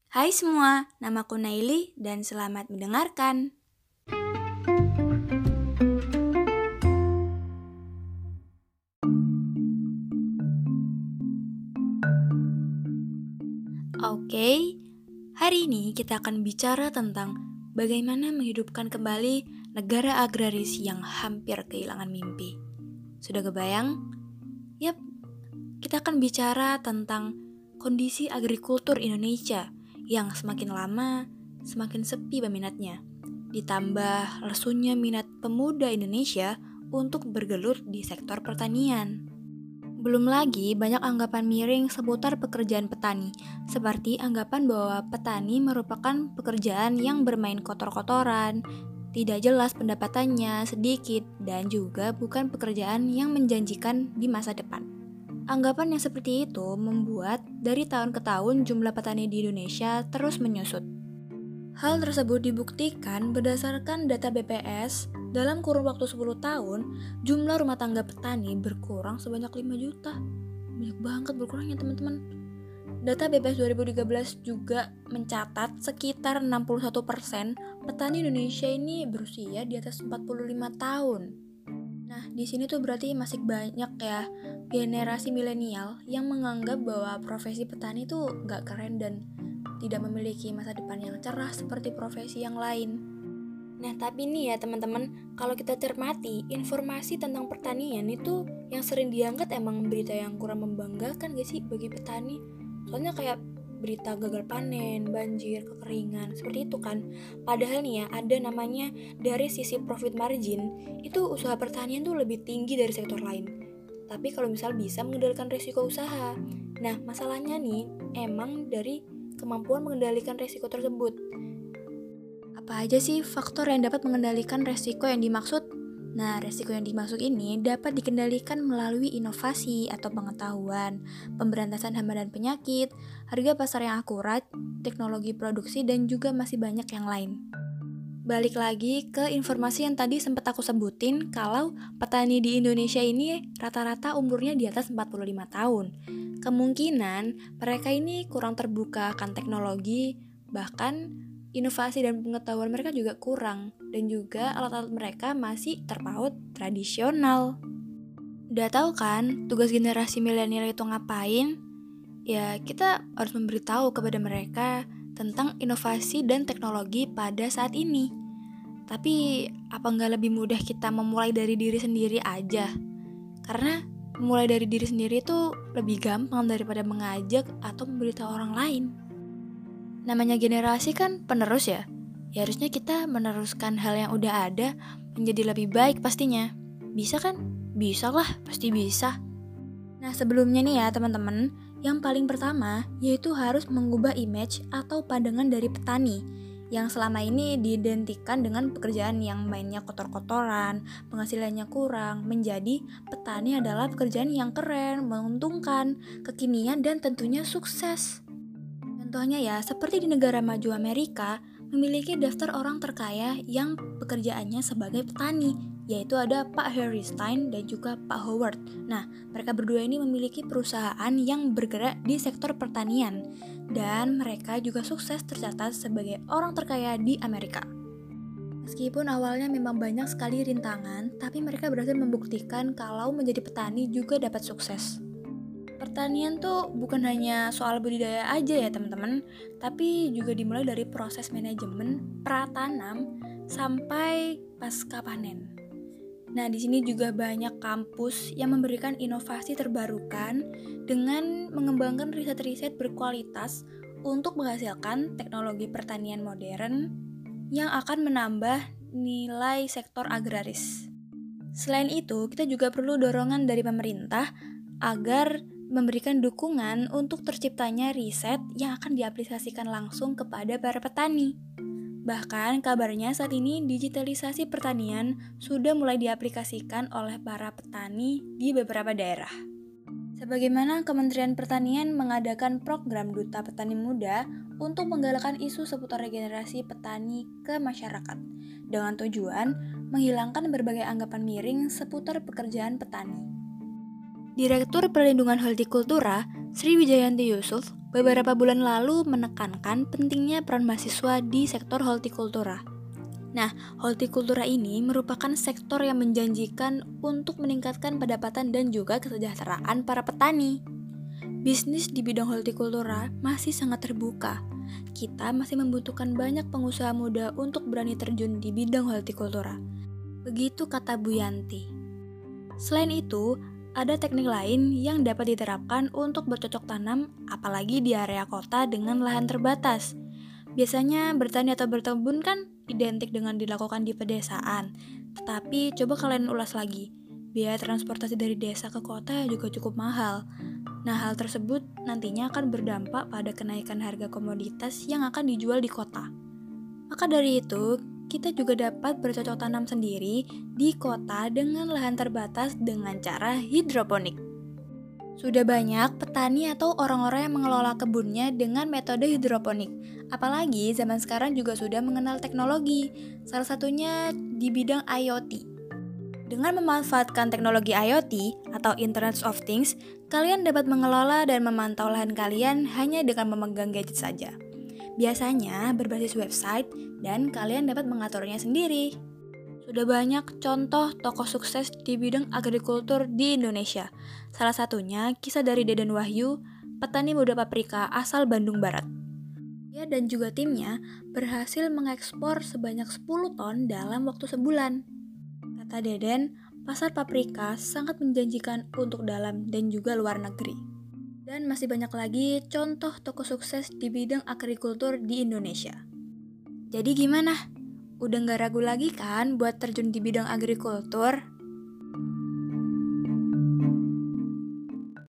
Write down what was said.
Hai semua, namaku Naili dan selamat mendengarkan. Oke, hari ini kita akan bicara tentang bagaimana menghidupkan kembali negara agraris yang hampir kehilangan mimpi. Sudah kebayang? Yap, kita akan bicara tentang kondisi agrikultur Indonesia yang semakin lama semakin sepi peminatnya. Ditambah lesunya minat pemuda Indonesia untuk bergelut di sektor pertanian. Belum lagi banyak anggapan miring seputar pekerjaan petani, seperti anggapan bahwa petani merupakan pekerjaan yang bermain kotor-kotoran, tidak jelas pendapatannya, sedikit, dan juga bukan pekerjaan yang menjanjikan di masa depan. Anggapan yang seperti itu membuat dari tahun ke tahun jumlah petani di Indonesia terus menyusut. Hal tersebut dibuktikan berdasarkan data BPS, dalam kurun waktu 10 tahun, jumlah rumah tangga petani berkurang sebanyak 5 juta. Banyak banget berkurangnya teman-teman. Data BPS 2013 juga mencatat sekitar 61% petani Indonesia ini berusia di atas 45 tahun. Nah, di sini tuh berarti masih banyak ya generasi milenial yang menganggap bahwa profesi petani tuh gak keren dan tidak memiliki masa depan yang cerah seperti profesi yang lain. Nah, tapi nih ya teman-teman, kalau kita cermati, informasi tentang pertanian itu yang sering diangkat emang berita yang kurang membanggakan gak sih bagi petani? Soalnya kayak berita gagal panen, banjir, kekeringan, seperti itu kan. Padahal nih ya, ada namanya dari sisi profit margin, itu usaha pertanian tuh lebih tinggi dari sektor lain. Tapi kalau misal bisa mengendalikan risiko usaha. Nah, masalahnya nih, emang dari kemampuan mengendalikan resiko tersebut. Apa aja sih faktor yang dapat mengendalikan resiko yang dimaksud? Nah, resiko yang dimaksud ini dapat dikendalikan melalui inovasi atau pengetahuan, pemberantasan hama dan penyakit, harga pasar yang akurat, teknologi produksi, dan juga masih banyak yang lain. Balik lagi ke informasi yang tadi sempat aku sebutin, kalau petani di Indonesia ini rata-rata umurnya di atas 45 tahun. Kemungkinan mereka ini kurang terbuka akan teknologi, bahkan inovasi dan pengetahuan mereka juga kurang, dan juga alat-alat mereka masih terpaut tradisional. Udah tahu kan tugas generasi milenial itu ngapain? Ya, kita harus memberitahu kepada mereka tentang inovasi dan teknologi pada saat ini. Tapi, apa nggak lebih mudah kita memulai dari diri sendiri aja? Karena memulai dari diri sendiri itu lebih gampang daripada mengajak atau memberitahu orang lain. Namanya generasi kan penerus ya. Ya harusnya kita meneruskan hal yang udah ada menjadi lebih baik pastinya. Bisa kan? Bisa lah, pasti bisa. Nah, sebelumnya nih ya teman-teman, yang paling pertama yaitu harus mengubah image atau pandangan dari petani yang selama ini diidentikan dengan pekerjaan yang mainnya kotor-kotoran, penghasilannya kurang, menjadi petani adalah pekerjaan yang keren, menguntungkan, kekinian, dan tentunya sukses. Contohnya ya, seperti di negara maju Amerika, memiliki daftar orang terkaya yang pekerjaannya sebagai petani, yaitu ada Pak Harry Stein dan juga Pak Howard. Nah, mereka berdua ini memiliki perusahaan yang bergerak di sektor pertanian, dan mereka juga sukses tercatat sebagai orang terkaya di Amerika. Meskipun awalnya memang banyak sekali rintangan, tapi mereka berhasil membuktikan kalau menjadi petani juga dapat sukses. Pertanian tuh bukan hanya soal budidaya aja ya teman-teman, tapi juga dimulai dari proses manajemen, pratanam, sampai pasca panen. Nah, di sini juga banyak kampus yang memberikan inovasi terbarukan dengan mengembangkan riset-riset berkualitas untuk menghasilkan teknologi pertanian modern yang akan menambah nilai sektor agraris. Selain itu, kita juga perlu dorongan dari pemerintah agar memberikan dukungan untuk terciptanya riset yang akan diaplikasikan langsung kepada para petani. Bahkan kabarnya saat ini digitalisasi pertanian sudah mulai diaplikasikan oleh para petani di beberapa daerah. Sebagaimana Kementerian Pertanian mengadakan program Duta Petani Muda untuk menggalakkan isu seputar regenerasi petani ke masyarakat, dengan tujuan menghilangkan berbagai anggapan miring seputar pekerjaan petani. Direktur Perlindungan Hortikultura, Sri Wijayanti Yusuf, beberapa bulan lalu menekankan pentingnya peran mahasiswa di sektor hortikultura. Nah, hortikultura ini merupakan sektor yang menjanjikan untuk meningkatkan pendapatan dan juga kesejahteraan para petani. Bisnis di bidang hortikultura masih sangat terbuka. Kita masih membutuhkan banyak pengusaha muda untuk berani terjun di bidang hortikultura. Begitu kata Bu Yanti. Selain itu, ada teknik lain yang dapat diterapkan untuk bercocok tanam, apalagi di area kota dengan lahan terbatas. Biasanya bertani atau berkebun kan identik dengan dilakukan di pedesaan. Tetapi coba kalian ulas lagi. Biaya transportasi dari desa ke kota juga cukup mahal. Nah, hal tersebut nantinya akan berdampak pada kenaikan harga komoditas yang akan dijual di kota. Maka dari itu, kita juga dapat bercocok tanam sendiri di kota dengan lahan terbatas dengan cara hidroponik. Sudah banyak petani atau orang-orang yang mengelola kebunnya dengan metode hidroponik. Apalagi zaman sekarang juga sudah mengenal teknologi, salah satunya di bidang IoT. Dengan memanfaatkan teknologi IoT atau Internet of Things, kalian dapat mengelola dan memantau lahan kalian hanya dengan memegang gadget saja. Biasanya berbasis website dan kalian dapat mengaturnya sendiri. Sudah banyak contoh tokoh sukses di bidang agrikultur di Indonesia. Salah satunya kisah dari Deden Wahyu, petani muda paprika asal Bandung Barat. Dia dan juga timnya berhasil mengekspor sebanyak 10 ton dalam waktu sebulan. Kata Deden, pasar paprika sangat menjanjikan untuk dalam dan juga luar negeri. Dan masih banyak lagi contoh tokoh sukses di bidang agrikultur di Indonesia. Jadi gimana? Udah gak ragu lagi kan buat terjun di bidang agrikultur?